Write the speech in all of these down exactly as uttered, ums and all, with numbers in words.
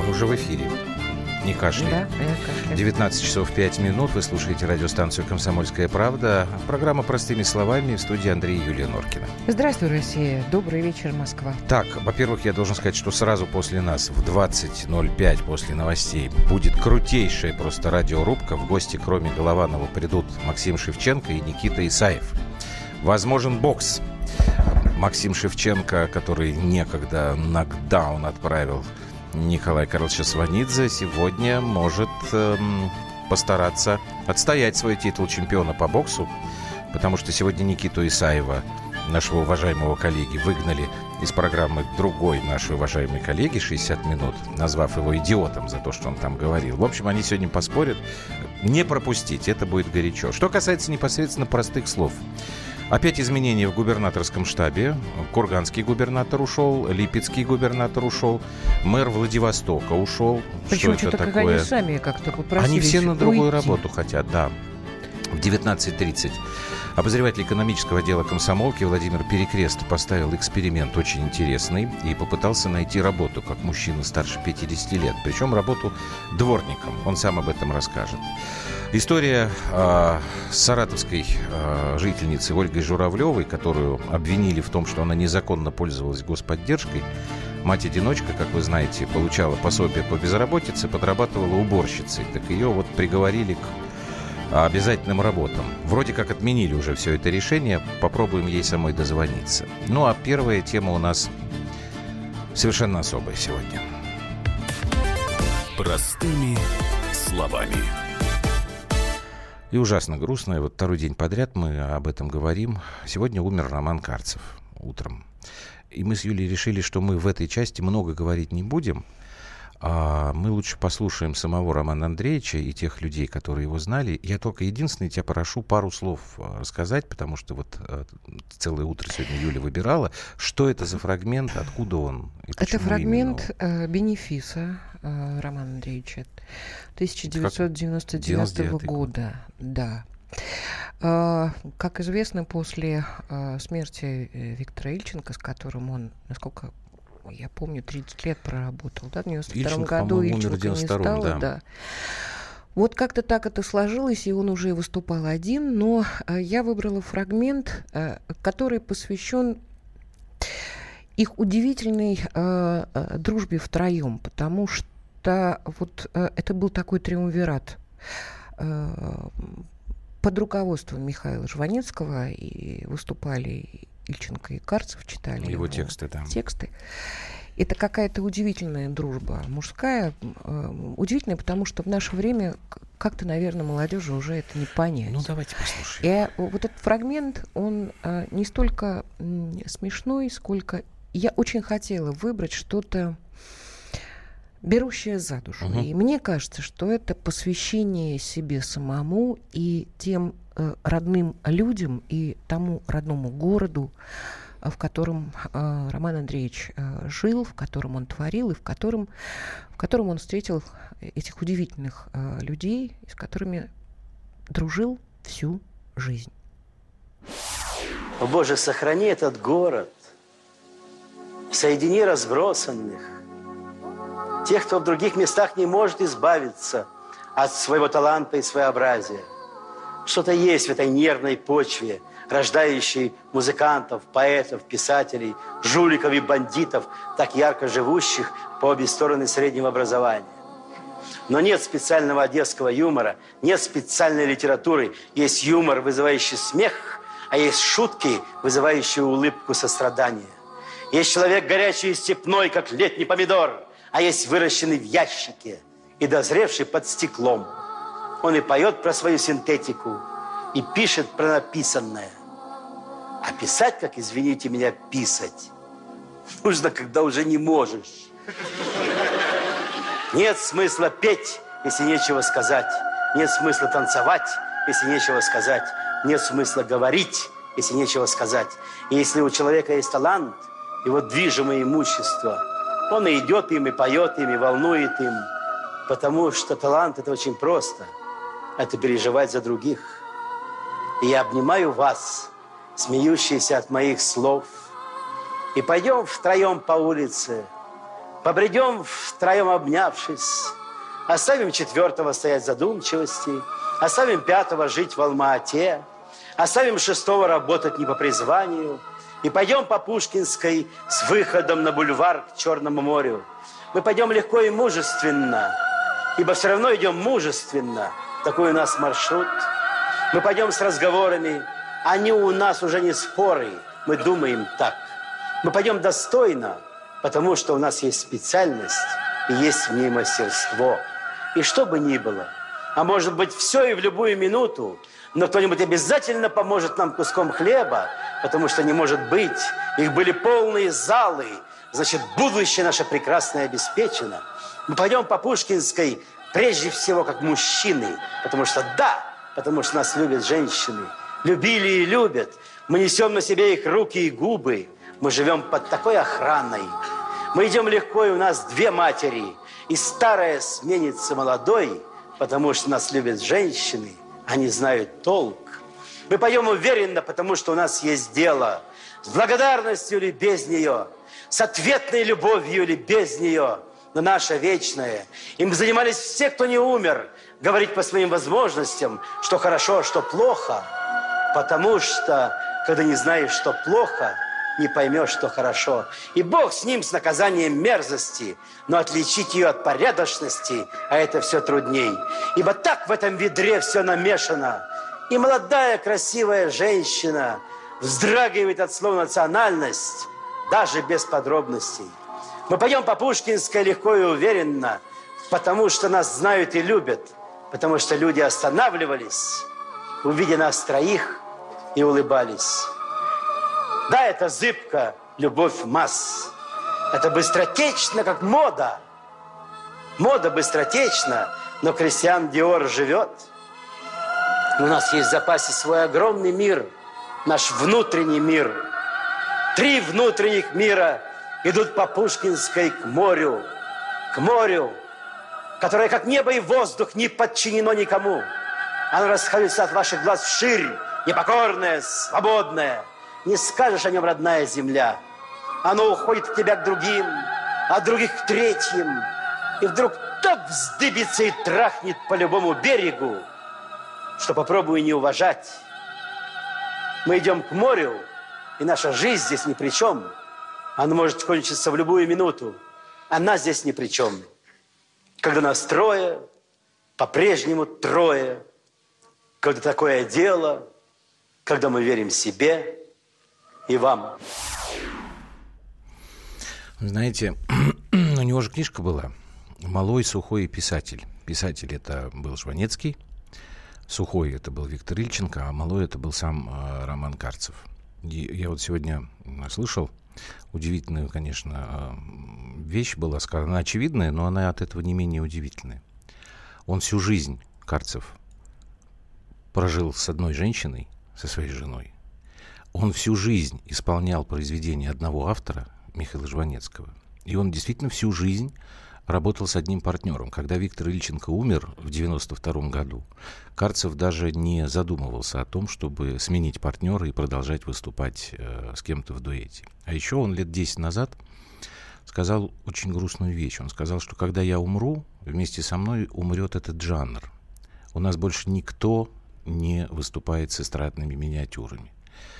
уже в эфире. Не кашляй. Да, я кашляю. девятнадцать часов пять минут. Вы слушаете радиостанцию «Комсомольская правда». Программа «Простыми словами». В студии Андрей и Юлия Норкина. Здравствуй, Россия. Добрый вечер, Москва. Так, во-первых, я должен сказать, что сразу после нас в двадцать ноль пять после новостей будет крутейшая просто радиорубка. В гости, кроме Голованова, придут Максим Шевченко и Никита Исаев. Возможен бокс. Максим Шевченко, который некогда нокдаун отправил Николая Карловича Сванидзе, сегодня может эм, постараться отстоять свой титул чемпиона по боксу, потому что сегодня Никиту Исаева, нашего уважаемого коллеги, выгнали из программы другой нашей уважаемой коллеги «шестьдесят минут», назвав его идиотом за то, что он там говорил. В общем, они сегодня поспорят. Не пропустить, это будет горячо. Что касается непосредственно простых слов. Опять изменения в губернаторском штабе. Курганский губернатор ушел, Липецкий губернатор ушел, мэр Владивостока ушел. Причем что это что-то такое? Как они сами как-то попросились Они все на другую уйти. работу хотят, да. В девятнадцать тридцать обозреватель экономического отдела комсомолки Владимир Перекрест поставил эксперимент очень интересный и попытался найти работу как мужчина старше пятидесяти лет. Причем работу дворником. Он сам об этом расскажет. История э, с саратовской э, жительницей Ольгой Журавлевой, которую обвинили в том, что она незаконно пользовалась господдержкой. Мать-одиночка, как вы знаете, получала пособие по безработице, подрабатывала уборщицей. Так ее вот приговорили к обязательным работам. Вроде как отменили уже все это решение. Попробуем ей самой дозвониться. Ну а первая тема у нас совершенно особая сегодня. Простыми словами. И ужасно грустно. И вот второй день подряд мы об этом говорим. Сегодня умер Роман Карцев утром. И мы с Юлей решили, что мы в этой части много говорить не будем. А мы лучше послушаем самого Романа Андреевича и тех людей, которые его знали. Я только единственное тебя прошу пару слов рассказать, потому что вот целое утро сегодня Юля выбирала. Что это за фрагмент, откуда он? И это фрагмент именно... э, бенефиса э, Романа Андреевича тысяча девятьсот девяносто девятого года. Да. Э, как известно, после э, смерти Виктора Ильченко, с которым он, насколько я помню, тридцать лет проработал, да, в девяносто втором году Ильченко не стало, да. да. Вот как-то так это сложилось, и он уже выступал один, но э, я выбрала фрагмент, э, который посвящен их удивительной э, э, дружбе втроем, потому что вот э, это был такой триумвират э, под руководством Михаила Жванецкого, и выступали Ильченко и Карцев, читали его, его тексты, да. тексты. Это какая-то удивительная дружба мужская. Э, удивительная, потому что в наше время как-то, наверное, молодежи уже это не понять. Ну, давайте послушаем. И вот этот фрагмент, он э, не столько э, смешной, сколько... Я очень хотела выбрать что-то берущее за душу. Угу. И мне кажется, что это посвящение себе самому и тем э, родным людям и тому родному городу, в котором э, Роман Андреевич э, жил, в котором он творил, и в котором, в котором он встретил этих удивительных э, людей, с которыми дружил всю жизнь. О, Боже, сохрани этот город, соедини разбросанных, тех, кто в других местах не может избавиться от своего таланта и своеобразия. Что-то есть в этой нервной почве, рождающей музыкантов, поэтов, писателей, жуликов и бандитов, так ярко живущих по обе стороны среднего образования. Но нет специального одесского юмора, нет специальной литературы. Есть юмор, вызывающий смех, а есть шутки, вызывающие улыбку сострадания. Есть человек горячий и степной, как летний помидор, а есть выращенный в ящике и дозревший под стеклом. Он и поет про свою синтетику, и пишет про написанное. А писать, как, извините меня, писать, нужно, когда уже не можешь. Нет смысла петь, если нечего сказать. Нет смысла танцевать, если нечего сказать. Нет смысла говорить, если нечего сказать. И если у человека есть талант, его движимое имущество, он и идет им, и поет им, и волнует им. Потому что талант – это очень просто. Это переживать за других. И я обнимаю вас, смеющиеся от моих слов. И пойдем втроем по улице, Побредем втроем обнявшись, оставим четвертого стоять в задумчивости, оставим пятого жить в Алма-Ате, оставим шестого работать не по призванию и пойдем по Пушкинской с выходом на бульвар к Черному морю. Мы пойдем легко и мужественно, ибо все равно идем мужественно. Такой у нас маршрут. Мы пойдем с разговорами, они у нас уже не споры, мы думаем так. Мы пойдем достойно, потому что у нас есть специальность и есть в ней мастерство. И что бы ни было, а может быть все и в любую минуту, но кто-нибудь обязательно поможет нам куском хлеба, потому что не может быть, их были полные залы, значит, будущее наше прекрасное обеспечено. Мы пойдем по Пушкинской прежде всего как мужчины, потому что да, потому что нас любят женщины, любили и любят. Мы несем на себе их руки и губы, мы живем под такой охраной. Мы идем легко, и у нас две матери, и старая сменится молодой, потому что нас любят женщины, они знают толк. Мы пойдем уверенно, потому что у нас есть дело, с благодарностью или без нее, с ответной любовью или без нее, но наше вечное. Им занимались все, кто не умер, говорить по своим возможностям, что хорошо, что плохо, потому что, когда не знаешь, что плохо, не поймешь, что хорошо. И Бог с ним, с наказанием мерзости, но отличить ее от порядочности, а это все трудней. Ибо так в этом ведре все намешано. И молодая красивая женщина вздрагивает от слова «национальность», даже без подробностей. Мы пойдем по Пушкинской легко и уверенно, потому что нас знают и любят, потому что люди останавливались, увидя нас троих, и улыбались. Да, это зыбко, любовь масс. Это быстротечно, как мода. Мода быстротечна, но Кристиан Диор живет. У нас есть в запасе свой огромный мир, наш внутренний мир. Три внутренних мира идут по Пушкинской к морю. К морю, которое, как небо и воздух, не подчинено никому. Оно расходится от ваших глаз вширь, непокорное, свободное. Не скажешь о нем, родная земля. Оно уходит от тебя к другим, от других к третьим. И вдруг так вздыбится и трахнет по любому берегу, что попробуй не уважать. Мы идем к морю, и наша жизнь здесь ни при чем. Она может кончиться в любую минуту. Она здесь ни при чем. Когда нас трое, по-прежнему трое. Когда такое дело, когда мы верим себе и вам. Знаете, у него же книжка была «Малой, сухой писатель». Писатель это был Жванецкий, сухой это был Виктор Ильченко, а малой это был сам э, Роман Карцев. И я вот сегодня слышал удивительную, конечно, вещь была сказана, очевидная, но она от этого не менее удивительная. Он всю жизнь, Карцев, прожил с одной женщиной, со своей женой. Он всю жизнь исполнял произведения одного автора, Михаила Жванецкого. И он действительно всю жизнь работал с одним партнером. Когда Виктор Ильченко умер в девяносто втором году, Карцев даже не задумывался о том, чтобы сменить партнера и продолжать выступать э, с кем-то в дуэте. А еще он лет десять назад сказал очень грустную вещь. Он сказал, что когда я умру, вместе со мной умрет этот жанр. У нас больше никто не выступает с эстрадными миниатюрами.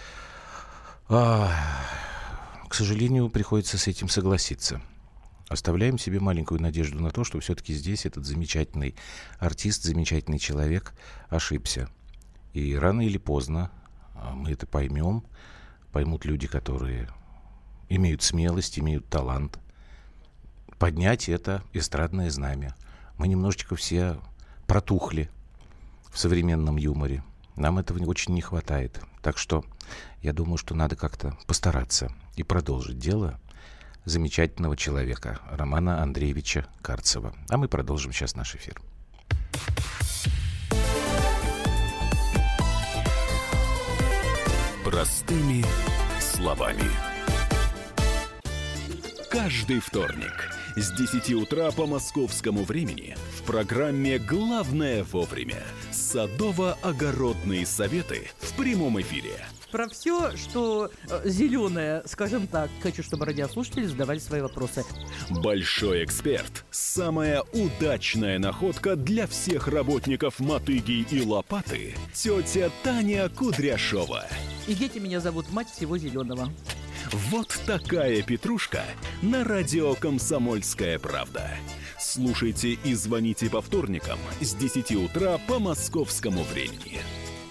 А, к сожалению, приходится с этим согласиться. Оставляем себе маленькую надежду на то, что все-таки здесь этот замечательный артист, замечательный человек ошибся. И рано или поздно мы это поймем, поймут люди, которые имеют смелость, имеют талант поднять это эстрадное знамя. Мы немножечко все протухли в современном юморе. Нам этого очень не хватает. Так что я думаю, что надо как-то постараться и продолжить дело замечательного человека Романа Андреевича Карцева. А мы продолжим сейчас наш эфир. Простыми словами. Каждый вторник с десяти утра по московскому времени в программе «Главное вовремя» садово-огородные советы в прямом эфире. про все, что зеленое, скажем так. Хочу, чтобы радиослушатели задавали свои вопросы. Большой эксперт. Самая удачная находка для всех работников «Мотыги» и «Лопаты» — тетя Таня Кудряшова. И дети меня зовут мать всего зеленого. Вот такая петрушка на радио «Комсомольская правда». Слушайте и звоните по вторникам с десяти утра по московскому времени.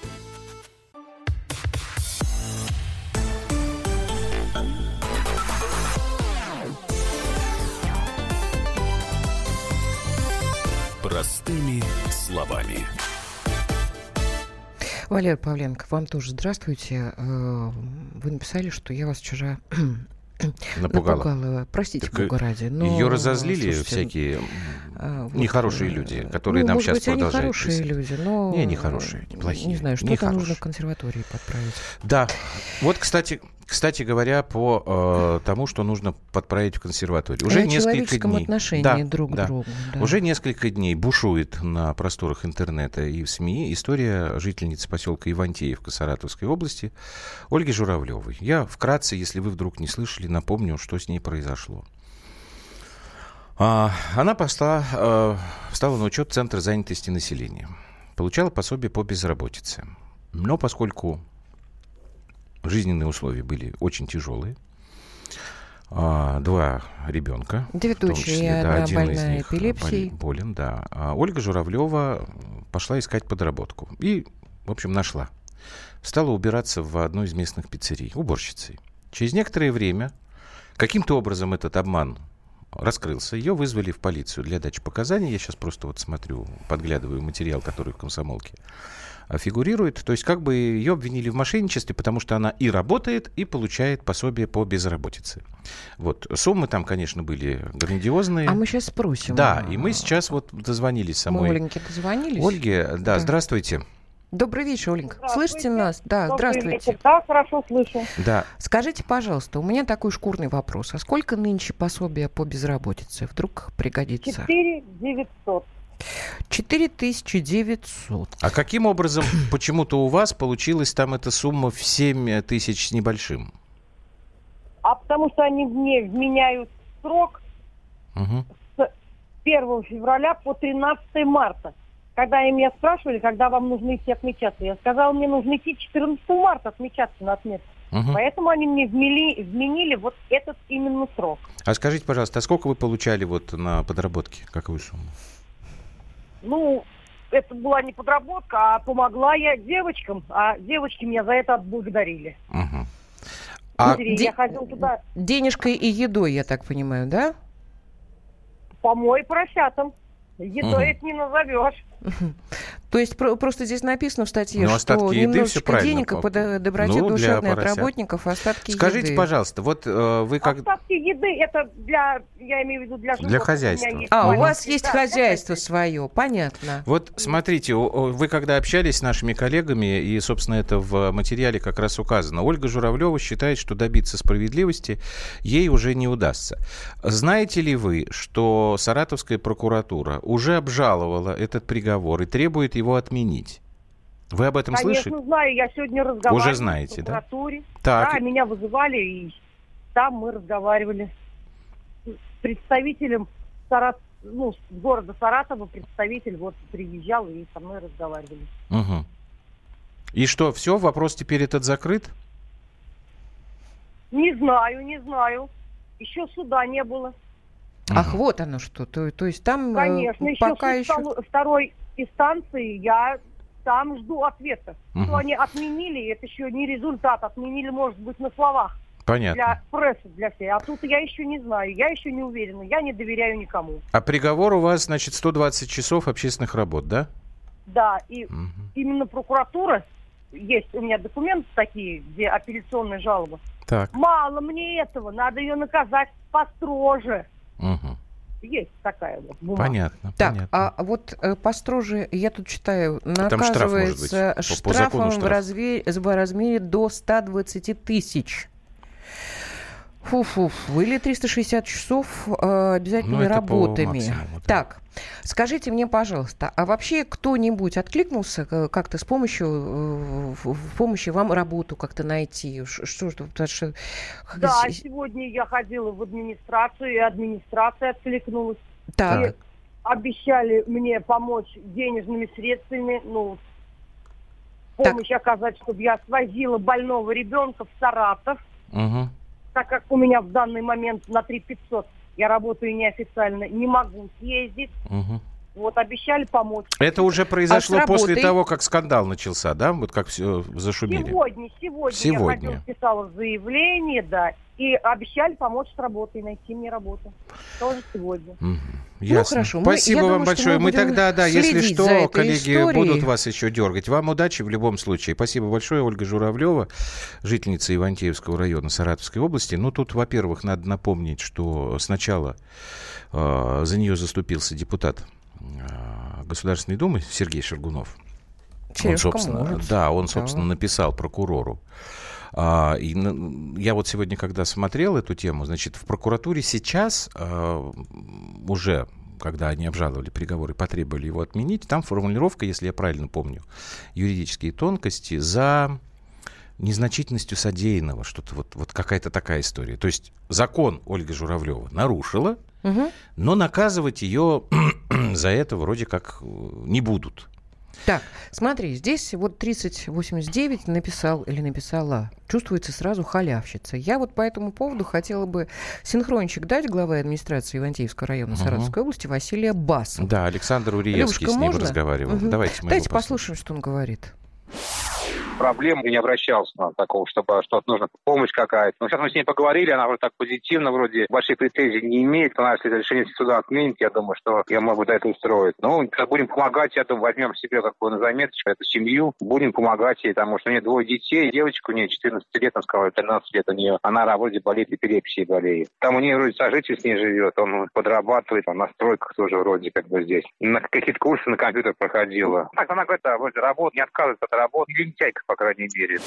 Простыми словами. Валерий Павленко, вам тоже здравствуйте. Вы написали, что я вас вчера напугала. напугала. Простите, так Бога ради. Но, ее разозлили слушайте, всякие а, вот, нехорошие люди, которые ну, нам может сейчас быть, продолжают они хорошие писать. люди, но... Не, нехорошие, неплохие. Не знаю, что-то нужно в консерватории подправить. Да. Вот, кстати, кстати говоря, по э, тому, что нужно подправить в консерватории. Уже О несколько человеческом дней, отношении да, друг да. к другу. Да. Уже несколько дней бушует на просторах интернета и в СМИ история жительницы поселка Ивантеевка Саратовской области Ольги Журавлевой. Я вкратце, если вы вдруг не слышали, напомню, что с ней произошло. А, она пошла, э, встала на учет Центра занятости населения. Получала пособие по безработице. Но поскольку жизненные условия были очень тяжелые, а, два ребенка, Две в том дочери, числе, да, один из больная них эпилепсией. болен, да. А Ольга Журавлева пошла искать подработку и, в общем, нашла. Стала убираться в одной из местных пиццерий, уборщицей. Через некоторое время каким-то образом этот обман раскрылся. Ее вызвали в полицию для дачи показаний. Я сейчас просто вот смотрю, подглядываю материал, который в «Комсомолке» фигурирует. То есть как бы ее обвинили в мошенничестве, потому что она и работает, и получает пособие по безработице. Вот. Суммы там, конечно, были грандиозные. А мы сейчас спросим. Да, и мы сейчас вот дозвонились самой. Мы Оленьке дозвонились. Ольге, да, да. Здравствуйте. Добрый вечер, Оленька. Слышите нас? Да, Добрый здравствуйте. вечер. Да, хорошо слышу. Да. Скажите, пожалуйста, у меня такой шкурный вопрос. А сколько нынче пособия по безработице? Вдруг пригодится? четыре девятьсот. четыре тысячи девятьсот. А каким образом почему-то у вас получилась там эта сумма в семь тысяч с небольшим? А потому что они мне вменяют срок Угу. с первого февраля по тринадцатое марта. Когда они меня спрашивали, когда вам нужно идти отмечаться, я сказала, мне нужно идти четырнадцатого марта отмечаться на отметку. Угу. Поэтому они мне вмели, вменили вот этот именно срок. А скажите, пожалуйста, а сколько вы получали вот на подработке? Какую сумму? Ну, это была не подработка, а помогла я девочкам, а девочки меня за это отблагодарили. Угу. А... Де- я ходила туда... Денежкой и едой, я так понимаю, да? Помой поросятам. Едой Угу. это не назовешь. То есть про- просто здесь написано в статье, Ну, что остатки еды, всё немножечко правильно. денег по д- доброте Ну, для душевной от поросят. работников, остатки Скажите, еды. пожалуйста, вот э, вы как... Остатки еды это для, я имею в виду для животных. Для У хозяйства. меня есть А, у маленький, вас есть да, хозяйство для свое, понятно. Вот смотрите, о- о, вы когда общались с нашими коллегами, и, собственно, это в материале как раз указано, Ольга Журавлева считает, что добиться справедливости ей уже не удастся. Знаете ли вы, что Саратовская прокуратура уже обжаловала этот приговор и требует его отменить? Вы об этом Конечно, слышали? знаю. Я сегодня разговаривала Уже знаете, в да? прокуратуре. Так. Да, меня вызывали, и там мы разговаривали с представителем Сарат... ну, с города Саратова. Представитель вот приезжал и со мной разговаривали. Угу. И что, все, вопрос теперь этот закрыт? Не знаю, не знаю. Еще суда не было. Ах, вот оно что. То, то есть там э, Конечно, еще пока суд еще... стол- второй инстанции я там жду ответа. Мгм. Что они отменили, это еще не результат. Отменили, может быть, на словах. Понятно. Для прессы, для всей. А тут я еще не знаю, я еще не уверена, я не доверяю никому. А приговор у вас, значит, сто двадцать часов общественных работ, да? Да, и Мгм. именно прокуратура, есть у меня документы такие, где апелляционная жалоба. Так. Мало мне этого, надо ее наказать построже. Угу. Есть такая вот бумага. Понятно. Так, понятно. а вот э, построже, я тут читаю, Там штраф может быть. наказывается По- по штрафом закону в, штраф. разве- в размере до ста двадцати тысяч. Фу-фу-фу. Или триста шестьдесят часов э, обязательными ну, работами. Максимуму, да. Так, скажите мне, пожалуйста, а вообще кто-нибудь откликнулся как-то с помощью, в помощи вам работу как-то найти? Что, что, что... Да, сегодня я ходила в администрацию, и администрация откликнулась. Так. И обещали мне помочь денежными средствами, ну, помощь так. оказать, чтобы я свозила больного ребенка в Саратов. Угу. Так как у меня в данный момент на три тысячи пятьсот, я работаю неофициально, не могу съездить. Угу. Вот, обещали помочь. Это уже произошло а после того, как скандал начался, да? Вот как все зашумели. Сегодня, сегодня, сегодня. я ходила, писала заявление, да, и обещали помочь с работой, найти мне работу. Тоже сегодня. Угу. Ясно. Ну, хорошо. Спасибо мы, вам думаю, большое. Мы, мы тогда, да, если что, коллеги, историей. будут вас еще дергать. Вам удачи в любом случае. Спасибо большое, Ольга Журавлева, жительница Ивантеевского района Саратовской области. Ну, тут, во-первых, надо напомнить, что сначала э, за нее заступился депутат э, Государственной Думы Сергей Шаргунов. Он, собственно, да, он, собственно, да. написал прокурору. А, и я вот сегодня, когда смотрел эту тему, значит, в прокуратуре сейчас а, уже, когда они обжаловали приговор и потребовали его отменить, там формулировка, если я правильно помню, юридические тонкости за незначительностью содеянного, что-то вот, вот какая-то такая история. То есть закон Ольга Журавлева нарушила, угу. но наказывать ее за это вроде как не будут. Так, смотри, здесь вот тридцать восемьдесят девять написал или написала, чувствуется сразу халявщица. Я вот по этому поводу хотела бы синхрончик дать главе администрации Ивантеевского района угу. Саратовской области Василия Басова. Да, Александр Уриевский Левушка, с ним можно? разговаривал. Угу. Давайте мы Давайте послушаем, что он говорит. Проблем не обращался на такого, чтобы что-то нужно, помощь какая-то. Но сейчас мы с ней поговорили, она вроде так позитивно, вроде больших претензий не имеет. Она, если решение суда отменит, я думаю, что я могу до этого устроить. Ну, будем помогать, я думаю, возьмем себе какую на заметочку, эту семью, будем помогать ей, потому что у нее двое детей, девочка у нее четырнадцать лет, она сказала, тринадцать лет у нее, она вроде болеет эпилепсией болеет. Там у нее вроде сожитель с ней живет, он подрабатывает, там на стройках тоже вроде как бы здесь. На какие-то курсы на компьютер проходила. Так, она говорит, вроде работа, не отказывается от работы, лентяйка, по крайней мере.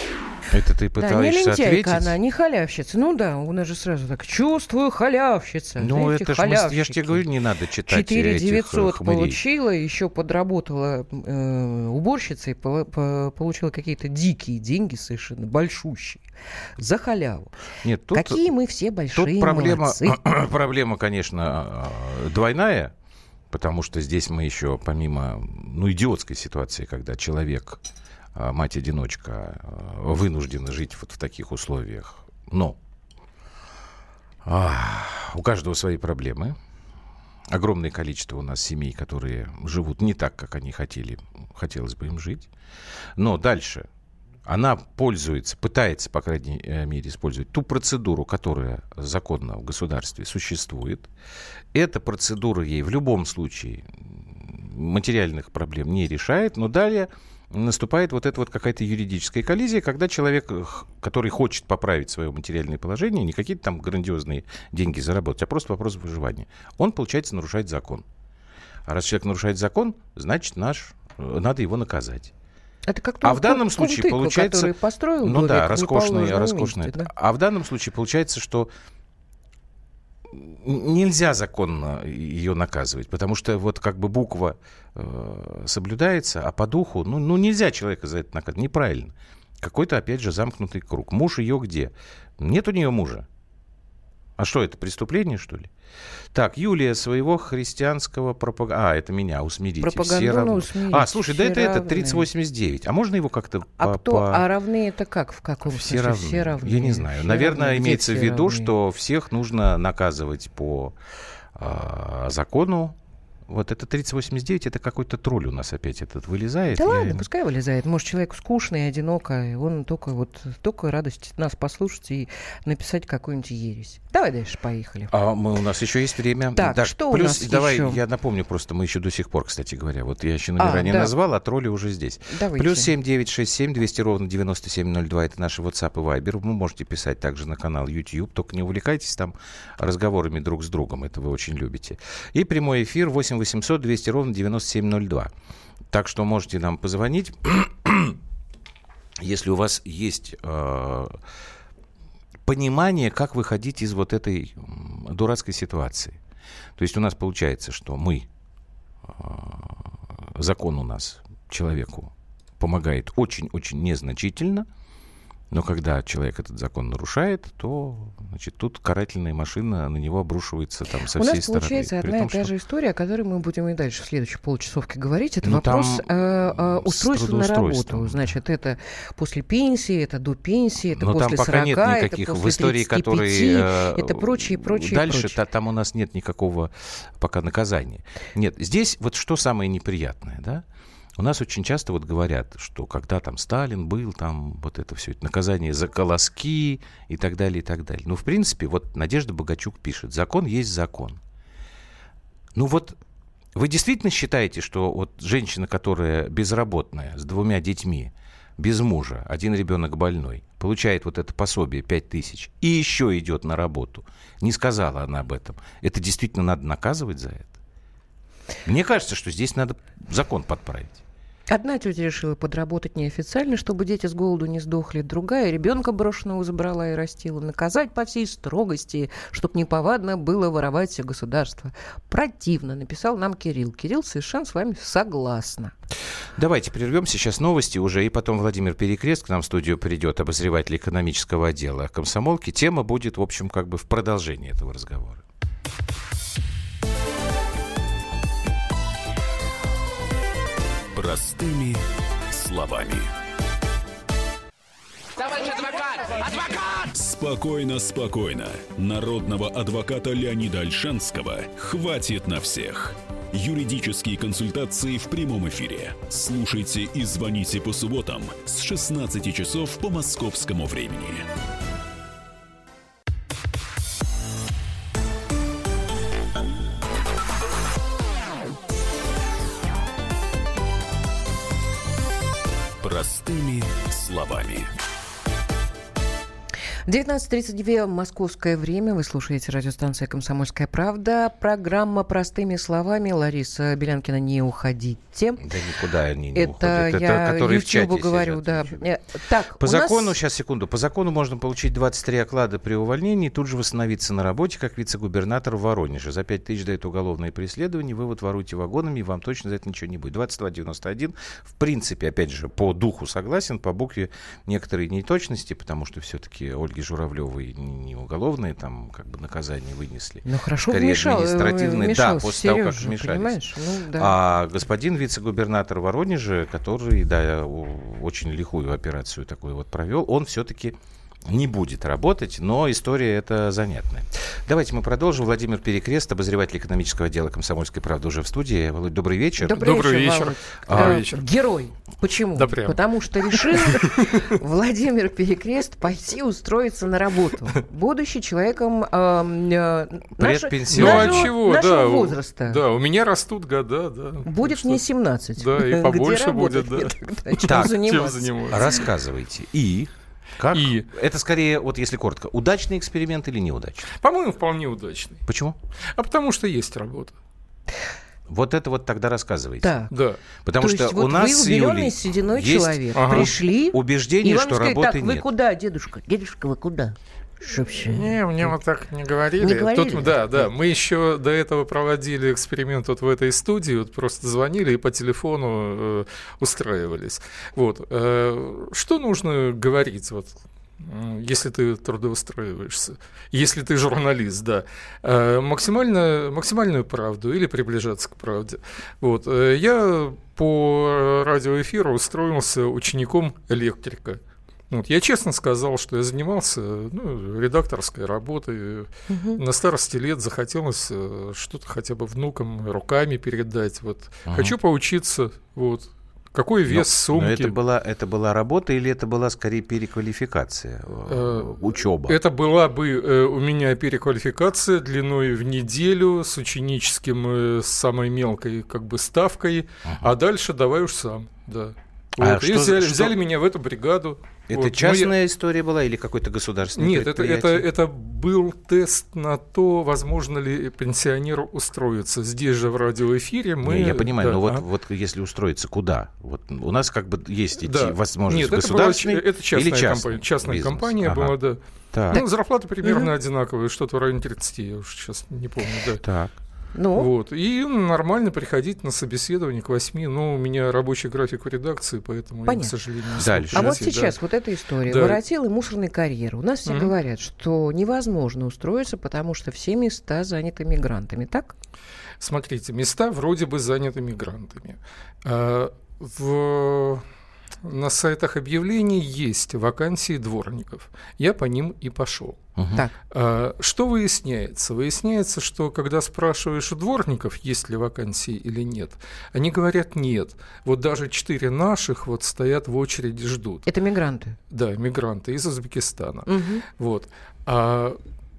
Это ты пытаешься да, не лентяйка ответить? Она, не халявщица. Ну да, у нас же сразу так, чувствую халявщица. Ну знаете, это же, я же тебе говорю, не надо читать четыре тысячи девятьсот хмырей. Получила, еще подработала э, уборщицей, по, по, получила какие-то дикие деньги совершенно, большущие, за халяву. Нет, тут, какие мы все большие тут проблема, молодцы. Проблема, конечно, двойная, потому что здесь мы еще, помимо ну, идиотской ситуации, когда человек... мать-одиночка вынуждена жить вот в таких условиях. Но а, у каждого свои проблемы. Огромное количество у нас семей, которые живут не так, как они хотели, хотелось бы им жить. Но дальше она пользуется, пытается, по крайней мере, использовать ту процедуру, которая законно в государстве существует. Эта процедура ей в любом случае материальных проблем не решает, но далее наступает вот эта вот какая-то юридическая коллизия, когда человек, который хочет поправить свое материальное положение, не какие-то там грандиозные деньги заработать, а просто вопрос выживания, он, получается, нарушает закон. А раз человек нарушает закон, значит, наш, надо его наказать. Это как а в данном случае тыкву, получается... Построил ну да, роскошный, роскошный. Месте, да? А в данном случае получается, что нельзя законно ее наказывать, потому что вот как бы буква э, соблюдается, а по духу, ну, ну нельзя человека за это наказывать. Неправильно. Какой-то, опять же, замкнутый круг. Муж ее где? Нет у нее мужа. А что, это преступление, что ли? Так, Юлия своего христианского пропаганда... А, это меня, усмирите. Все равны. А, слушай, да это, это тридцать восемьдесят девять. А можно его как-то... А по, кто? По... А равны это как? В каком все смысле? Равны. Все равны. Я не знаю. Все Наверное, равны. имеется в виду, равны? что всех нужно наказывать по а, закону. Вот это тридцать восемьдесят девять, это какой-то тролль у нас опять этот вылезает. Да я... ладно, пускай вылезает. Может, человек скучный и одиноко, и он только вот только радость нас послушать и написать какую-нибудь ересь. Давай дальше, поехали. А мы, у нас еще есть время. Так, да, что плюс, у нас давай, еще? Я напомню просто, мы еще до сих пор, кстати говоря, вот я еще номера а, не да. назвал, а тролли уже здесь. Давайте. Плюс семь девять шесть семь двести ровно девяносто семь ноль два, это наши WhatsApp и Viber. Вы можете писать также на канал YouTube, только не увлекайтесь там разговорами друг с другом, это вы очень любите. И прямой эфир восемь восемьсот двести ровно девяносто семь ноль два. Так что можете нам позвонить. Если у вас есть э, понимание, как выходить из вот этой дурацкой ситуации. То есть у нас получается, что мы, закон у нас человеку помогает очень-очень незначительно, но когда человек этот закон нарушает, то, значит, тут карательная машина на него обрушивается там со У всей нас стороны. получается одна том, и та что... же история, о которой мы будем и дальше в следующей получасовке говорить. Это Ну, вопрос э, э, устройства на трудоустройством. работу. Значит, это после пенсии, это до пенсии, это Но после там пока сорока, нет никаких это после в истории, тридцати пяти, которые... э, это прочее, прочее, Дальше прочее. та- там у нас нет никакого пока наказания. Нет, здесь вот что самое неприятное, да? У нас очень часто вот говорят, что когда там Сталин был, там вот это все, это наказание за колоски и так далее, и так далее. Ну, в принципе, вот Надежда Богачук пишет, закон есть закон. Ну вот вы действительно считаете, что вот женщина, которая безработная, с двумя детьми, без мужа, один ребенок больной, получает вот это пособие пять тысяч и еще идет на работу, не сказала она об этом, это действительно надо наказывать за это? Мне кажется, что здесь надо закон подправить. Одна тетя решила подработать неофициально, чтобы дети с голоду не сдохли. Другая ребенка брошенного забрала и растила. Наказать по всей строгости, чтобы неповадно было воровать все государство. Противно, написал нам Кирилл. Кирилл, совершенно с вами согласна. Давайте прервемся. Сейчас новости уже, и потом Владимир Перекрест к нам в студию придет, обозреватель экономического отдела «Комсомолки». Тема будет, в общем, как бы в продолжении этого разговора. Простыми словами. Товарищ адвокат! Адвокат! Спокойно, спокойно. Народного адвоката Леонида Ольшанского хватит на всех. Юридические консультации в прямом эфире. Слушайте и звоните по субботам с шестнадцати часов по московскому времени. Простыми словами. девятнадцать тридцать два московское время. Вы слушаете радиостанция «Комсомольская правда». Программа «Простыми словами». Лариса Белянкина, не уходите. Да никуда они не это уходят. Я Это которые в чате говорю, сидят. да. Так, По закону, нас... сейчас, секунду, по закону можно получить двадцать три оклада при увольнении и тут же восстановиться на работе, как вице-губернатор в Воронеже. За пять тысяч дают уголовное преследование, вы вот воруете вагонами, и вам точно за это ничего не будет. двадцать два девяносто один. В принципе, опять же, по духу согласен, по букве некоторые неточности, потому что все-таки Ольге Журавлевой не уголовные там как бы наказания вынесли. Ну хорошо, скорее вмешал, административные, да, после того, как Сережа, вмешались. Ну, да. А господин вице-губернатор Воронежа, который, да, очень лихую операцию такую вот провел, он все-таки не будет работать, но история эта занятная. Давайте мы продолжим. Владимир Перекрест, обозреватель экономического отдела «Комсомольской правды» уже в студии. Володь, добрый вечер. Добрый, добрый вечер, вечер. А, Добрый вечер. Герой. Почему? Да прям. Потому что решил Владимир Перекрест пойти устроиться на работу, будучи человеком э, э, наше, Предпенсионным. Ну а нашего, чего, нашего да, у- возраста. Да, у меня растут года, да. Будет Так мне что- семнадцать. Да, и Где побольше работать будет, мне да. тогда? Чем Так, заниматься? Чем заниматься? Рассказывайте. И? Как? И? Это скорее, вот если коротко, удачный эксперимент или неудачный? По-моему, вполне удачный. Почему? А потому что есть работа. Вот это вот тогда рассказывайте. Да. Да. Потому То что есть у вот нас вы с убеленный Юлей сединой есть человек. Ага. Пришли, и убеждение, вам что сказали, работы так, вы нет. куда, дедушка? Дедушка, вы куда? Шепче. Не, мне вот так не говорили. Не говорили? Тут, да, да. Мы еще до этого проводили эксперимент вот в этой студии, вот просто звонили и по телефону э, устраивались. Вот. Э, что нужно говорить, вот, э, если ты трудоустраиваешься, если ты журналист, да, э, максимально, максимальную правду или приближаться к правде. Вот. Э, я по радиоэфиру устроился учеником электрика. Вот, я честно сказал, что я занимался ну, редакторской работой. Угу. На старости лет захотелось э, что-то хотя бы внукам руками передать. Вот. Ага. Хочу поучиться. Вот. Какой вес Но, но сумки? это была, это была работа или это была скорее переквалификация, Э, учеба? Это была бы э, у меня переквалификация длиной в неделю с ученическим, э, с самой мелкой как бы ставкой, Ага. а дальше давай уж сам, да. Вот. А и что, взяли, что... взяли меня в эту бригаду. Это вот. частная я... история была или какой-то государственный Нет, это, это, это был тест на то, возможно ли пенсионеру устроиться. Здесь же в радиоэфире мы... Не, я понимаю, да, но а? вот, вот если устроиться, куда? Вот у нас как бы есть идти да. возможность Нет, государственной это, была, это частная или частный компания, частная бизнес? компания Ага. была, да. Так. Ну, зарплата примерно угу. одинаковая, что-то в районе тридцать, я уж сейчас не помню, да. Так. Ну? Вот. И нормально приходить на собеседование к восьми. Но у меня рабочий график в редакции, поэтому Понятно. я, к сожалению, не Дальше. А смогу вот прийти, сейчас да. вот эта история. Да. Воротил и мусорной карьеры. У нас все Мгм. говорят, что невозможно устроиться, потому что все места заняты мигрантами, так? Смотрите, места вроде бы заняты мигрантами. А, в... На сайтах объявлений есть вакансии дворников. Я по ним и пошел. Угу. Так. А, что выясняется? Выясняется, что когда спрашиваешь у дворников, есть ли вакансии или нет, они говорят нет. Вот даже четыре наших вот стоят в очереди, ждут. Это мигранты. Да, мигранты из Узбекистана. Мгм. Вот. А,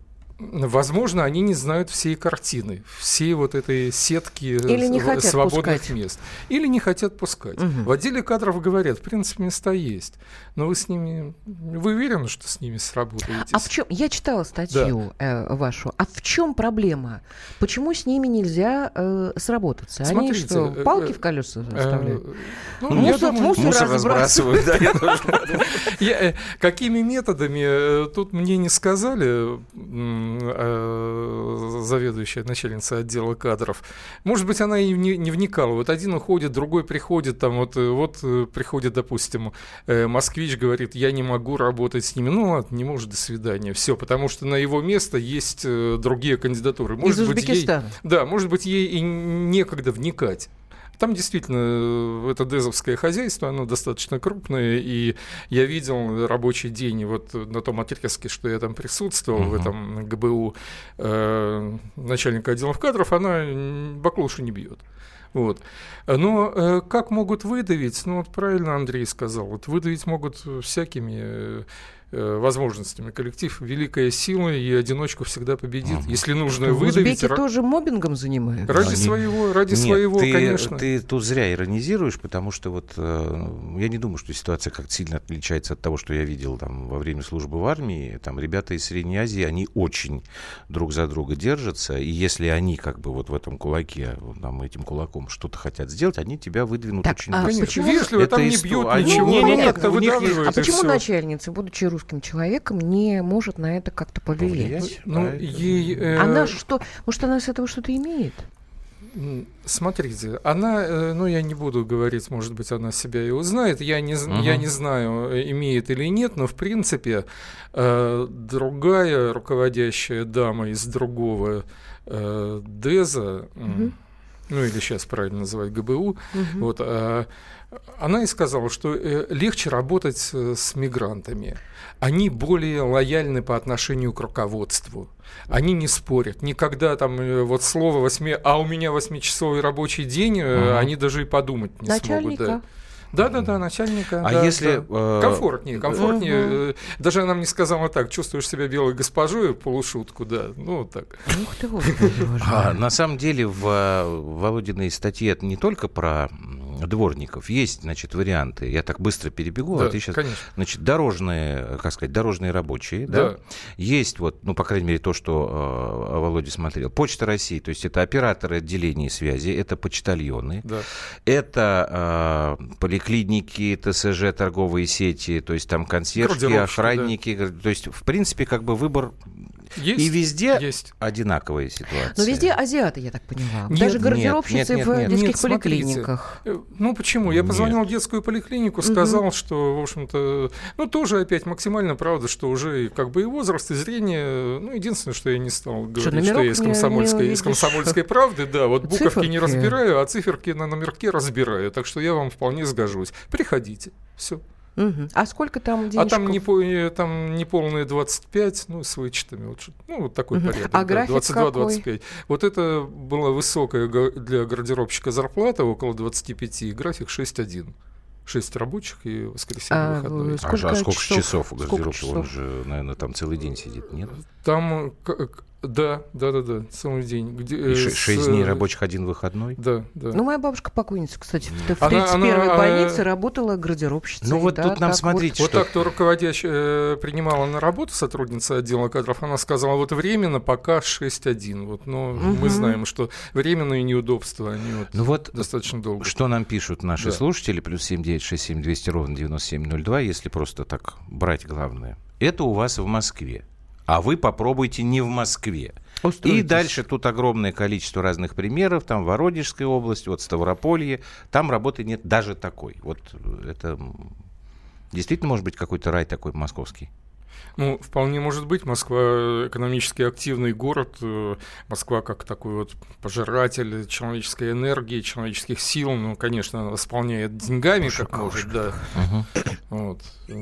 возможно, они не знают всей картины, всей вот этой сетки Или не св- хотят свободных пускать. мест. Или не хотят пускать. Мгм. В отделе кадров говорят, в принципе, места есть. Но вы с ними, вы уверены, что с ними сработаетесь? А в чем? Я читала статью э, вашу. А в чем проблема? Почему с ними нельзя э, сработаться? Они Смотрите, что, э, палки э, в колеса Э, вставляют? ну, Мусор- я думаю, мусор Мусор разбрасывают. разбрасывают, да, я тоже подумал. Я, э, какими методами, э, тут мне не сказали м, э, заведующая начальница отдела кадров. Может быть, она и не, не вникала. Вот один уходит, другой приходит, там вот, э, вот э, приходит, допустим, э, москвич, говорит, я не могу работать с ними. Ну ладно, не может, до свидания. Все, потому что на его место есть э, другие кандидатуры. Может Из быть, ей, Узбекистана. да, может быть, ей и некогда вникать. Там действительно э, это дезовское хозяйство, оно достаточно крупное, и я видел рабочий день вот на том отрезке, что я там присутствовал, uh-huh. в этом ГБУ, э, начальника отделов кадров, она баклуши не бьет. Вот. Но э, как могут выдавить? Ну вот правильно Андрей сказал, вот выдавить могут всякими э, возможностями. Коллектив — великая сила, и одиночку всегда победит. Uh-huh. Если нужно В выдавить... Узбеки тоже мобингом занимаются? Ради Они... своего, ради Нет, своего, ты, конечно. Ты тут зря иронизируешь, потому что вот э, я не думаю, что ситуация как-то сильно отличается от того, что я видел там во время службы в армии. Там ребята из Средней Азии, они очень друг за друга держатся, и если они как бы вот в этом кулаке, там, этим кулаком что-то хотят сделать, они тебя выдвинут Так, очень а быстро. почему- Вежливо, Это там не исто- бьют они- ничего, не, не, ну, нет, как-то у них есть- выдавливают, А и почему всё. начальница, будучи русским человеком, не может на это как-то повлиять? Повлиять? Ну, А это- ей, э, Она что? Может, она с этого что-то имеет? м, смотрите, она, э, ну, я не буду говорить, может быть, она себя и узнает, я не, з- Мгм. я не знаю, э, имеет или нет, но, в принципе, э, другая руководящая дама из другого э, ДЭЗа, м, Мгм. ну, или сейчас правильно называть ГБУ, Мгм. вот, а, она и сказала, что э, легче работать э, с мигрантами. Они более лояльны по отношению к руководству. Они не спорят. Никогда там э, вот слово восьми, а у меня восьмичасовой рабочий день, э, Ага. они даже и подумать не Начальника. смогут. Да, да, да, начальника. А да, если, да. э, комфортнее, комфортнее. Мгм. э, Даже она мне сказала так: чувствуешь себя белой госпожой, полушутку, да. Ну, вот так. Ух ты, Господи, боже А, мой. на самом деле в э, Володиной статье это не только про м, дворников. Есть, значит, варианты. Я так быстро перебегу, Да, а ты сейчас... конечно. Значит, дорожные, как сказать, дорожные рабочие, да? Да. Есть вот, ну, по крайней мере, то, что э, Володя смотрел. Почта России, то есть это операторы отделений связи, это почтальоны, Да. это э, поликлиники, ТСЖ, торговые сети, то есть там консьержки, Гардеробщики, охранники. То есть, в принципе, как бы выбор... Есть, И везде есть. одинаковая ситуация. Но везде азиаты, я так поняла. Нет, Даже нет, гардеробщицы нет, нет, в нет. детских Нет, смотрите. поликлиниках. Э, Ну почему? Я Нет. позвонил в детскую поликлинику, сказал, что, в общем-то, ну тоже опять максимально правда, что уже и как бы и возраст, и зрение. Ну, единственное, что я не стал говорить, что, номерок я из не- комсомольской, не из увидишь? комсомольской правды, да, вот буковки Циферки. не разбираю, а циферки на номерке разбираю. Так что я вам вполне сгожусь. Приходите. Все. Мгм. А сколько там А денежков? там, не, по- э, там неполные двадцать пять, ну, с вычетами. Вот, что- ну, вот такой Мгм. порядок. А да, график двадцать два какой? двадцать пять. Вот это была высокая га- для гардеробщика зарплата, около двадцать пять, и график шесть один. шесть рабочих и воскресенье А, выходной. Сколько а, а сколько часов? часов у Сколько гардеробщика? Он часов? же, наверное, там целый день сидит, нет? Там к- к- Да, да, да, да, целый день. Где, И э, шесть с... дней рабочих, один выходной. Да, да. Ну, моя бабушка покойница, кстати, в Она- тридцать первой она, больнице э, работала гардеробщицей. Ну вот да, тут нам так смотрите, Вот что... так-то руководящая э, принимала на работу сотрудница отдела кадров, она сказала, вот временно пока шесть один. Вот, но Мгм. мы знаем, что временные неудобства, они вот Ну вот достаточно долго. что нам пишут наши Да. слушатели, плюс семь девять шесть семь двести ровно девяносто семь ноль два, если просто так брать главное. Это у вас в Москве, а вы попробуйте не в Москве. И Устроитесь. дальше тут огромное количество разных примеров. Там Воронежская область, вот Ставрополье. Там работы нет даже такой. Вот это м, действительно может быть какой-то рай такой московский. Ну, вполне может быть. Москва экономически активный город. э, Москва как такой вот пожиратель человеческой энергии, человеческих сил. Ну, конечно, она восполняет деньгами, как может, да. Вот.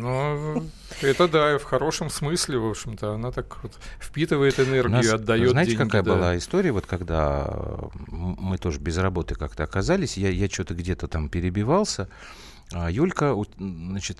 Но это, да, в хорошем смысле, в общем-то, она так вот впитывает У энергию, нас, отдает знаете, деньги. какая да. была история, вот когда м, мы тоже без работы как-то оказались, я, я что-то где-то там перебивался, а Юлька, у- значит,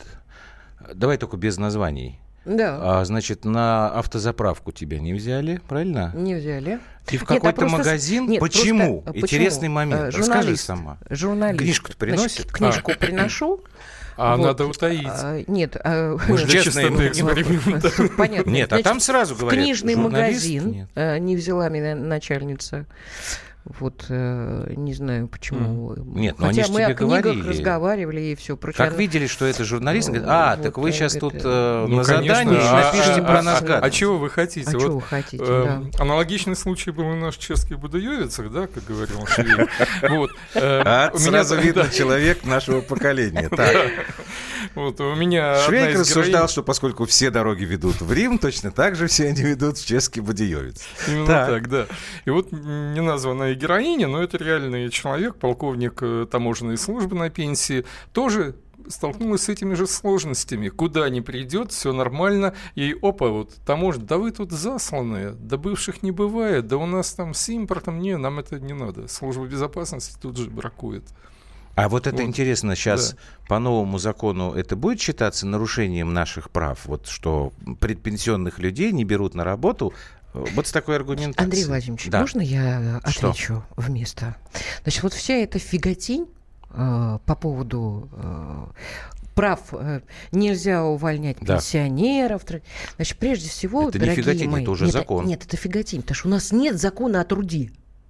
давай только без названий. Да, А, значит, на автозаправку тебя не взяли, правильно? не взяли. И в Нет, а какой-то просто с- магазин. нет, Почему? просто, э, Интересный почему? момент. Э, Расскажи журналист. сама. Журналист. Книжку-то Значит, приносит? книжку приношу. А вот, надо утаить. а, Нет, а, Мы же Для честно чистоты ему- эксперимента. понятно. Нет, а Значит, там сразу в говорят. книжный журналист? магазин Нет. э, не взяла меня начальница. Вот, э, не знаю почему. Нет, ну Хотя они ж мы тебе о книгах говорили. разговаривали и все прочее. Как видели, что это журналист, говорит, а, Вот, так вы э, сейчас тут это- э, Ну, на конечно, задании а- напишите а- про а- нас а- гадость. А чего вы хотите? А Вот, чего вы хотите, э, да. Аналогичный случай был у нас в чешских Будуевицах, да, как говорил Шевелев. Вот. э, А, у меня- сразу видно да, человек нашего поколения. Так. Вот, у меня одна Швейк из рассуждал, героинь- что поскольку все дороги ведут в Рим, точно так же все они ведут в чешский Будуевец. Именно Так. так. да. И вот неназванная героиня, но это реальный человек, полковник э, таможенной службы на пенсии, тоже столкнулась с этими же сложностями. Куда ни придет, все нормально. И опа, вот таможня, да вы тут засланные, да бывших не бывает, да у нас там с импортом, не, нам это не надо. Служба безопасности тут же бракует. А вот это Вот. интересно, сейчас Да. по новому закону это будет считаться нарушением наших прав? Вот что предпенсионных людей не берут на работу вот с такой аргументацией. Андрей Владимирович, Да. можно я Что? отвечу вместо? Значит, вот вся эта фиготень э, по поводу э, прав э, нельзя увольнять Да. пенсионеров. тр- Значит, прежде всего, Это не дорогие фиготень, мои, это уже нет, закон. Нет, это фиготень, потому что у нас нет закона о труде.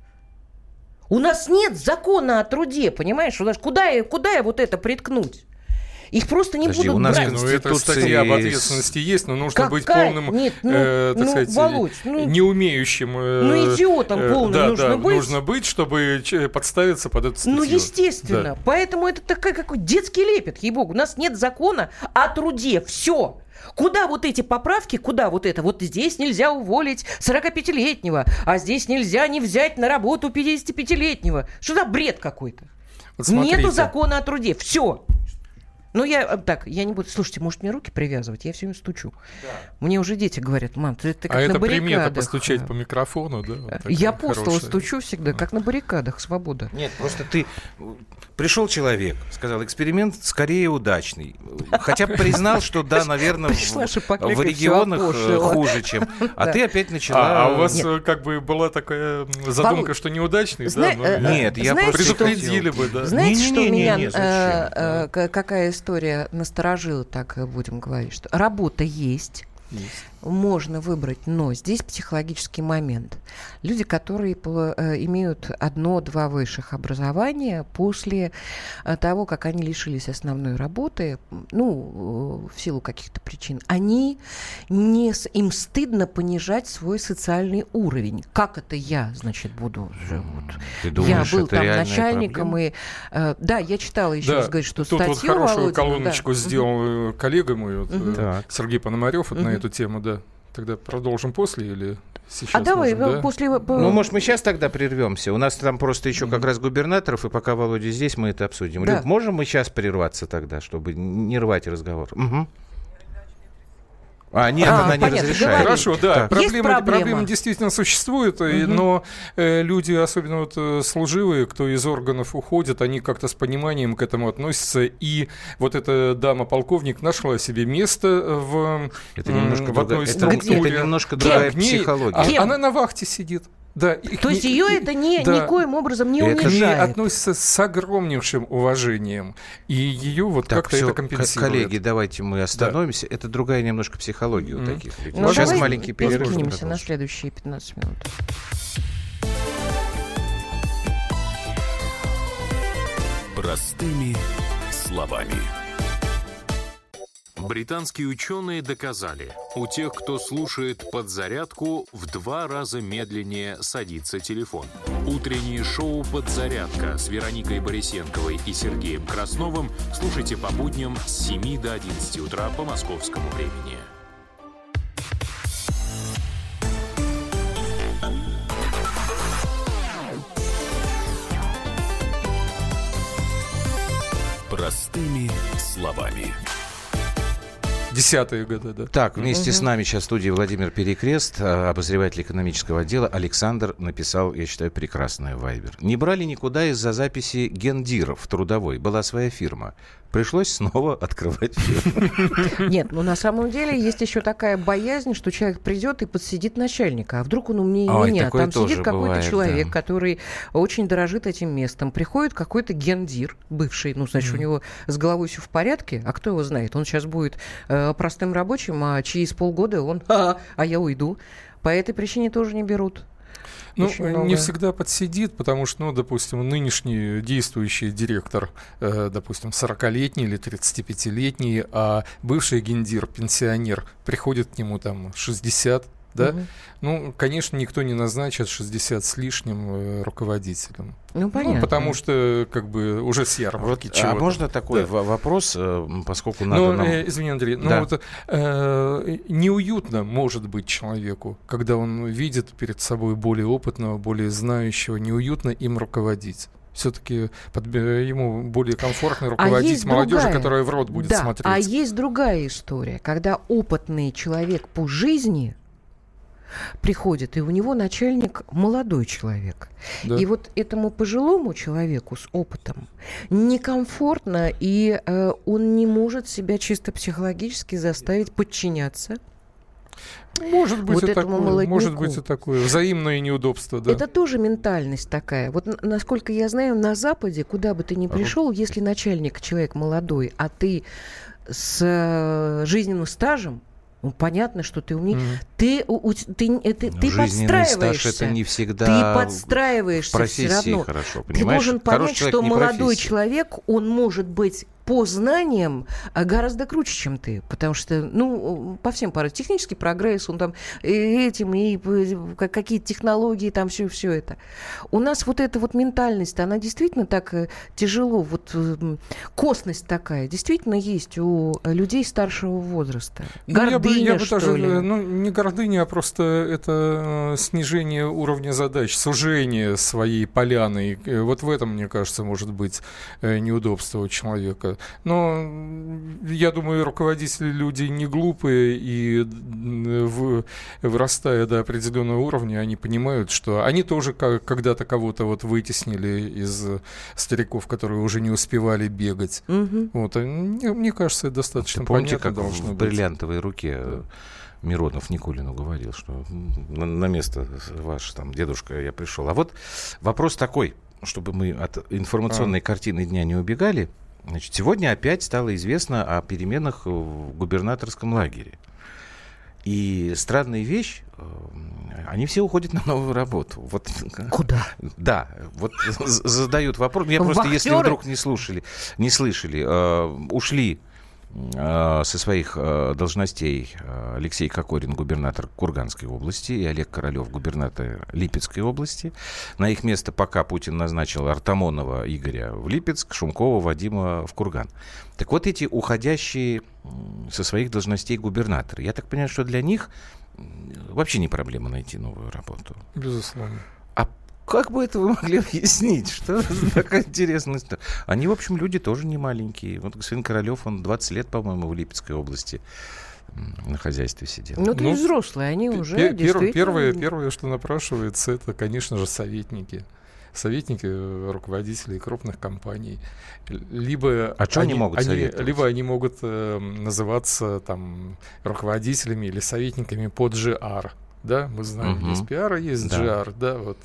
У нас нет закона о труде, понимаешь? У нас куда, я- куда я вот это приткнуть? Их просто не Подожди, будут у нас брать. в Ну, это Конституции статья об есть- ответственности есть, но нужно быть Какая? полным, Нет, ну, э, так ну, сказать, Володь, ну, не умеющим. э, ну, идиотом э, полным да, нужно да, быть. нужно быть, чтобы ч- подставиться под эту статью. Ну, естественно. Да. Поэтому это такой какой детский лепет, ей-богу. У нас нет закона о труде. Все. Куда вот эти поправки, куда вот это? Вот здесь нельзя уволить сорокапятилетнего, а здесь нельзя не взять на работу пятидесятипятилетнего. Что за бред какой-то? Вот смотрите. Нету закона о труде. Все. Ну, я э, так, я не буду. Слушайте, может, мне руки привязывать? Я все время стучу. Мне уже дети говорят, мам, ты, ты как А на это баррикадах. примета постучать по микрофону, да? вот такая Я апостола хорошая. стучу всегда, как на баррикадах, свобода. Нет, просто ты... Пришел человек, сказал, эксперимент скорее удачный. Хотя бы признал, что да, наверное, Пришла в, Шипоклик в и всё регионах э, опошлила. хуже, чем... А Да. ты опять начала... А, а у вас Нет. э, как бы была такая м, задумка, Володь, что неудачный, зна- да? Ну, э, Нет, я знаете, просто... предупредили бы, да. Знаете, что Не-не-не-не, меня зачем? э, э, к- какая история насторожила, так э, будем говорить, что работа есть, Есть. можно выбрать, но здесь психологический момент. Люди, которые по- э, имеют одно-два высших образования, после э, того, как они лишились основной работы, ну, э, в силу каких-то причин, они не с- им стыдно понижать свой социальный уровень. Как это я, значит, буду уже вот. Ты думаешь, Я был это там реальная начальником, проблема? и э, да, я читала еще Да, раз, говорит, что тут статью вот хорошую Володина, колоночку да. сделал э, коллега мой, вот, Мгм. э, Так. Сергей Пономарев, вот на Мгм. эту тему, да. Тогда продолжим после или сейчас? А давай можем, э, да? после. э, Ну, может, мы сейчас тогда прервемся? У нас там просто еще как Мгм. раз губернаторов, и пока Володя здесь, мы это обсудим. Да. Люб, можем мы сейчас прерваться тогда, чтобы не рвать разговор? Мгм. А, нет, а, она не понятно, разрешает. Говори. Хорошо, да, так. проблема, проблема. проблема действительно существует, угу. но э, люди, особенно вот, э, служивые, кто из органов уходит, они как-то с пониманием к этому относятся, и вот эта дама-полковник нашла себе место в, это немножко в одной это, структуре. Это немножко другая да, психология. А, она на вахте сидит. Да, То есть ее это не, да, никоим образом не это унижает. К ней относится с огромнейшим уважением. И ее вот так, как-то все, это компенсирует. Коллеги, давайте мы остановимся. Да. Это другая немножко психология mm-hmm. у таких людей. Ну, сейчас маленький перерыв. Перекинемся на следующие пятнадцать минут. Простыми словами. Британские ученые доказали, у тех, кто слушает «Подзарядку», в два раза медленнее садится телефон. Утреннее шоу «Подзарядка» с Вероникой Борисенковой и Сергеем Красновым слушайте по будням с семи до одиннадцати утра по московскому времени. Простыми словами. Десятые годы, да. Так, вместе угу. с нами сейчас в студии Владимир Перекрест, обозреватель экономического отдела. Александр написал, я считаю, прекрасное в Вайбер. Не брали никуда из-за записи гендиров трудовой. Была своя фирма. Пришлось снова открывать фирму. Нет, ну на самом деле есть еще такая боязнь, что человек придет и подсидит начальника, а вдруг он умнее Ой, меня. Там сидит какой-то бывает, человек, да. который очень дорожит этим местом. Приходит какой-то гендир бывший, ну, значит, mm. у него с головой все в порядке, а кто его знает? Он сейчас будет э, простым рабочим, а через полгода он, а, а я уйду. По этой причине тоже не берут. Ну, не всегда подсидит, потому что, ну, допустим, нынешний действующий директор, э, допустим, сорокалетний или тридцатипятилетний, а бывший гендир, пенсионер, приходит к нему там шестьдесят, да? Угу. Ну, конечно, никто не назначит шестьдесят с лишним э, руководителем. Ну, понятно. Ну, потому что, как бы, уже с ярмарки вот, чего-то. А можно такой да. вопрос, поскольку надо ну, нам... э, извини, Андрей, да. ну, вот, э, неуютно может быть человеку, когда он видит перед собой более опытного, более знающего, неуютно им руководить. Все-таки под, ему более комфортно руководить а молодежью, другая, которая в рот будет да, смотреть. А есть другая история, когда опытный человек по жизни приходит, и у него начальник молодой человек. Да. И вот этому пожилому человеку с опытом некомфортно, и э, он не может себя чисто психологически заставить подчиняться. Может быть, вот и такое, может быть и такое. Взаимное неудобство, да. Это тоже ментальность такая. Вот, насколько я знаю, на Западе, куда бы ты ни пришел, а если начальник человек молодой, а ты с э, жизненным стажем, ну, понятно, что ты умеешь. Mm. Ты, у, ты, ты, ты, ты подстраиваешься. Это не всегда ты подстраиваешься в профессии все равно. Хорошо, ты должен понять, что молодой человек, он может быть по знаниям гораздо круче, чем ты. Потому что, ну, по всем парам. Технический прогресс, он там и этим, и какие-то технологии, там все, все это. У нас вот эта вот ментальность, она действительно так тяжело, вот косность такая, действительно есть у людей старшего возраста. Гордыня, ну, я бы, я бы что даже, ли? Ну, не гордыня, а просто это снижение уровня задач, сужение своей поляны. Вот в этом, мне кажется, может быть неудобство у человека. Но я думаю, руководители люди не глупые, и в, вырастая до определенного уровня, они понимают, что они тоже как, когда-то кого-то вот вытеснили из стариков, которые уже не успевали бегать. Угу. Вот, мне, мне кажется, это достаточно Ты помните, понятно как должно в быть. бриллиантовой руке Миронов Никулину говорил, что на, на место ваш там дедушка я пришел. А вот вопрос такой, чтобы мы от информационной а. картины дня не убегали. Значит, сегодня опять стало известно о переменах в губернаторском лагере. И странная вещь, они все уходят на новую работу. Вот, куда? Да, вот задают вопрос. Я просто, если вдруг не слушали, не слышали, ушли со своих должностей Алексей Кокорин, губернатор Курганской области, и Олег Королев, губернатор Липецкой области. На их место пока Путин назначил Артамонова Игоря в Липецк, Шумкова Вадима в Курган. Так вот, эти уходящие со своих должностей губернаторы, я так понимаю, что для них вообще не проблема найти новую работу. Безусловно. А как бы это вы могли объяснить? Что такая интересная история? Они, в общем, люди тоже не маленькие. Вот господин Королев, он двадцать лет, по-моему, в Липецкой области на хозяйстве сидел. Ну, ты Ну, взрослые, они Пе- уже пер- действительно... Первое, первое, что напрашивается, это, конечно же, советники. Советники э, руководителей крупных компаний. Л- Либо А что они могут советовать? Либо они могут э, называться там руководителями или советниками по джи ар. Да, мы знаем, Мгм. есть пиар, а есть Да. джи ар, да, вот.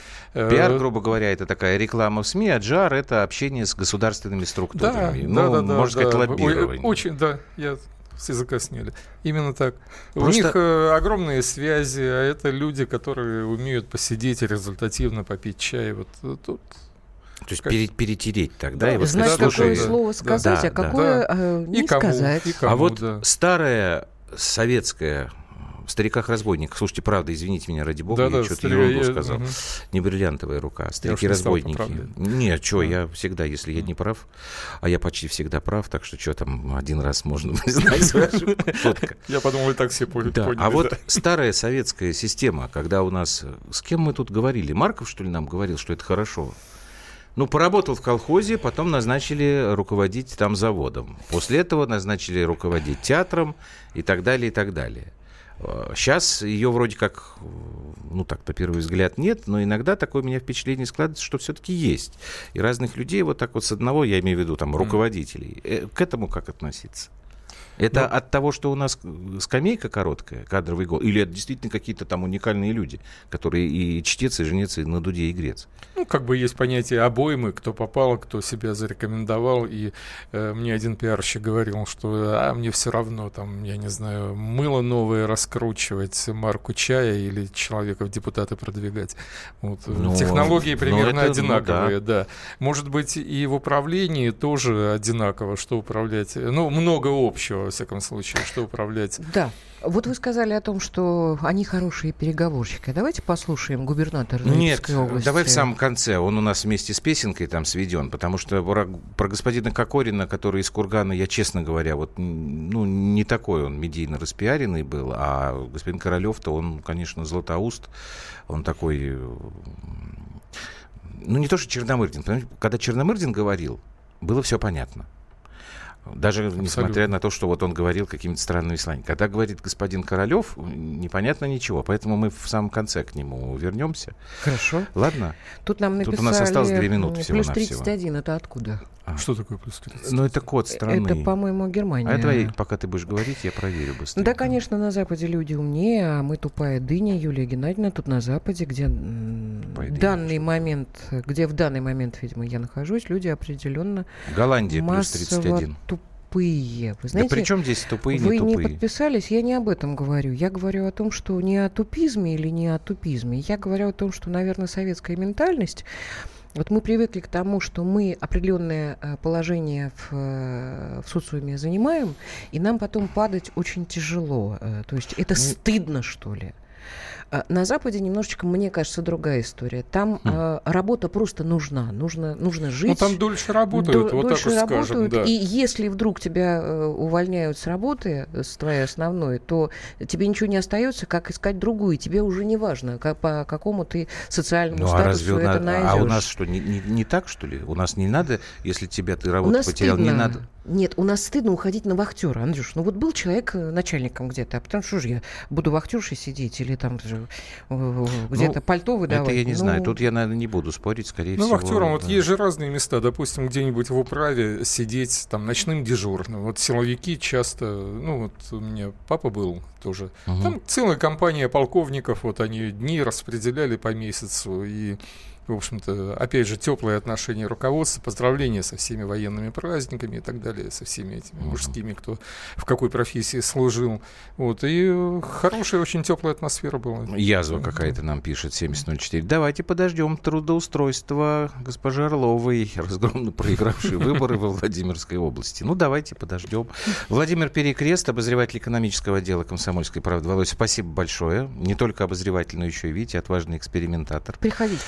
э, Пиар, э, грубо говоря, это такая реклама в СМИ, а джи ар — это общение с государственными Да, структурами. да, ну, да, да, можно да. сказать, Ой, лоббирование. Очень, да, я с языка сняли. Именно так. У Просто- них э, огромные связи, а это люди, которые умеют посидеть и результативно попить чай. Вот э, тут. То есть как- пере- перетереть тогда. Да, и вот Знать, сказать, какое слушай, слово сказать, Да, а да. какое Да. э, не И кому, сказать. и кому, А вот да. старая советская в «Стариках-разбойниках». Слушайте, правда, извините меня, ради бога, Да-да, я что-то старика- ерунду я- сказал. мгм. Не бриллиантовая рука, уж не «Старики-разбойники». стал поправлять. Нет, что, Да. я всегда, если я не прав, а я почти всегда прав, так что что там, один раз можно признать свою ошибку. Шутка. Я подумал, и так все поняли. Да. поняли, А вот да. старая советская система, когда у нас... С кем мы тут говорили? Марков, что ли, нам говорил, что это хорошо? Ну, поработал в колхозе, потом назначили руководить там заводом. После этого назначили руководить театром и так далее, и так далее. Сейчас ее вроде как, ну так, на первый взгляд нет, но иногда такое у меня впечатление складывается, что все-таки есть. И разных людей вот так вот с одного, я имею в виду там руководителей, э, к этому как относиться? Это Ну, от того, что у нас скамейка короткая, кадровый гол, или это действительно какие-то там уникальные люди, которые и чтец, и жнец, и на дуде, и грец? Ну, как бы есть понятие обоймы, кто попал, кто себя зарекомендовал. И э, мне один пиарщик говорил, что а, мне все равно, там, я не знаю, мыло новое раскручивать, марку чая или человека в депутаты продвигать. Вот. Ну, технологии ну, примерно это, ну, одинаковые, да. Может быть, и в управлении тоже одинаково, что управлять. Ну, много общего, во всяком случае, что управлять. Да. Вот вы сказали о том, что они хорошие переговорщики. Давайте послушаем губернатора Нет, Рязанской области. давай в самом конце. Он у нас вместе с песенкой там сведен, потому что про, про господина Кокорина, который из Кургана, я, честно говоря, вот, ну, не такой он медийно распиаренный был, а господин Королев-то, он, конечно, златоуст, он такой, ну, не то, что Черномырдин. Понимаете, когда Черномырдин говорил, было все понятно. Даже Абсолютно. несмотря на то, что вот он говорил какими-то странными словами. Когда говорит господин Королев, непонятно ничего. Поэтому мы в самом конце к нему вернемся. Хорошо. Ладно? Тут нам написали... Тут у нас осталось две минуты плюс всего-навсего. тридцать один, это откуда? А. Что такое плюс тридцать? Ну, это код страны. Это, по-моему, Германия. А давай, пока ты будешь говорить, я проверю быстрее. Да, конечно, на Западе люди умнее, а мы тупая дыня. Юлия Геннадьевна тут на Западе, где м, Пойди, данный что? момент, где в данный момент, видимо, я нахожусь, люди определенно Голландия плюс тридцать один. тупые. Вы знаете, да при чем здесь тупые, вы не не тупые? подписались, я не об этом говорю. Я говорю о том, что не о тупизме или не о тупизме. Я говорю о том, что, наверное, советская ментальность. Вот мы привыкли к тому, что мы определенное э, положение в, э, в социуме занимаем, и нам потом падать очень тяжело. Э, то есть это стыдно, что ли. Э, на Западе немножечко, мне кажется, другая история. Там э, работа просто нужна. Нужно, нужно жить. Ну, там дольше работают, До- вот дольше так вот работают. скажем, да. И если вдруг тебя э, увольняют с работы, с твоей основной, то тебе ничего не остается, как искать другую. Тебе уже не важно, как, по какому ты социальному Ну, а статусу разве у это нас, найдешь. а у нас что, не, не, не так, что ли? У нас не надо, если тебя ты У работу нас потерял, стыдно. не надо. Нет, у нас стыдно уходить на вахтера, Андрюш. Ну вот был человек э, начальником где-то, а потом что же я буду вахтершей сидеть или там же, э, где-то Ну, пальто выдавать? Это я не Ну, знаю. Тут я, наверное, не буду спорить, скорее Ну, всего. вахтерам вот да. есть же разные места. Допустим, где-нибудь в управе сидеть там ночным дежурным. Вот силовики часто, ну вот у меня папа был тоже. Мгм. Там целая компания полковников, вот они дни распределяли по месяцу. И, в общем-то, опять же, теплые отношения руководства, поздравления со всеми военными праздниками и так далее, со всеми этими Мгм. мужскими, кто в какой профессии служил. Вот. И э, хорошая, очень теплая атмосфера была. Язва какая-то нам пишет, семьдесят ноль четыре. Давайте подождем трудоустройства госпожи Орловой, разгромно проигравшей выборы во Владимирской области. Ну, давайте подождем. Владимир Перекрест, обозреватель экономического отдела «Комсомольской правды». Володь, спасибо большое. Не только обозреватель, но еще и, видите, отважный экспериментатор. Приходите к нам. Да. Володь.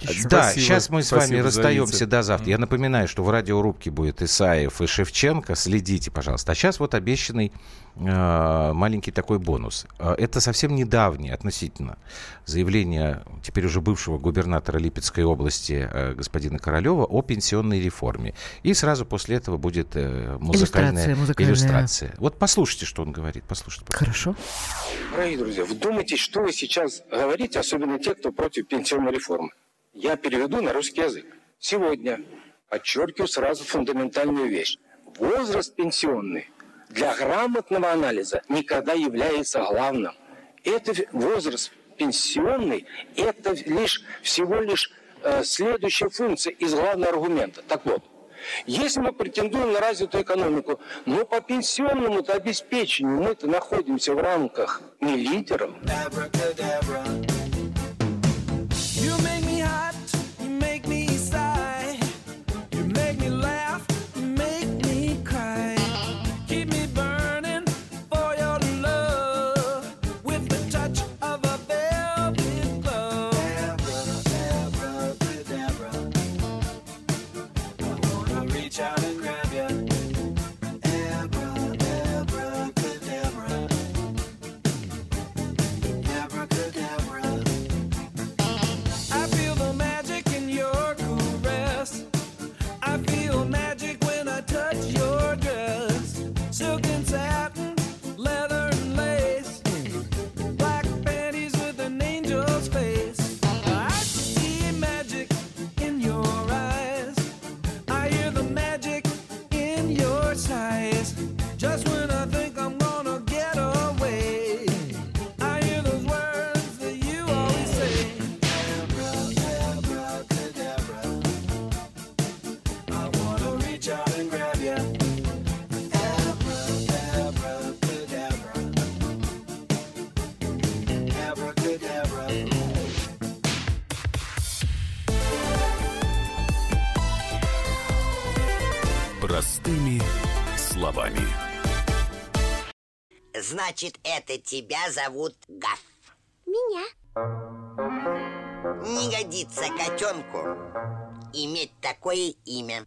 Спасибо. Да, сейчас мы с вами Спасибо, расстаемся зовите. до завтра. Я напоминаю, что в радиорубке будет Исаев и Шевченко. Следите, пожалуйста. А сейчас вот обещанный э, маленький такой бонус. Э, Это совсем недавнее относительно заявление теперь уже бывшего губернатора Липецкой области э, господина Королева о пенсионной реформе. И сразу после этого будет э, музыкальная Иллюстрация, музыкальная. иллюстрация. Вот послушайте, что он говорит. Послушайте. Хорошо. Дорогие друзья, вдумайтесь, что вы сейчас говорите, особенно те, кто против пенсионной реформы. Я переведу на русский язык. Сегодня, подчеркиваю сразу фундаментальную вещь. Возраст пенсионный для грамотного анализа никогда является главным. Это возраст пенсионный, это лишь, всего лишь э, следующая функция из главного аргумента. Так вот, если мы претендуем на развитую экономику, но по пенсионному-то обеспечению мы-то находимся в рамках не лидеров. Простыми словами. Значит, это тебя зовут Гав. Меня. Не годится котенку иметь такое имя.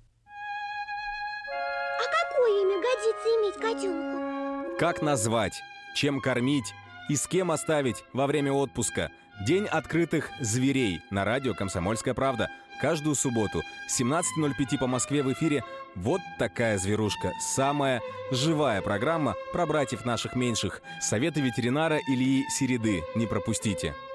А какое имя годится иметь котенку? Как назвать, чем кормить и с кем оставить во время отпуска? День открытых зверей на радио «Комсомольская правда». Каждую субботу с семнадцати ноль пять по Москве в эфире «Вот такая зверушка». Самая живая программа про братьев наших меньших. Советы ветеринара Ильи Середы. Не пропустите.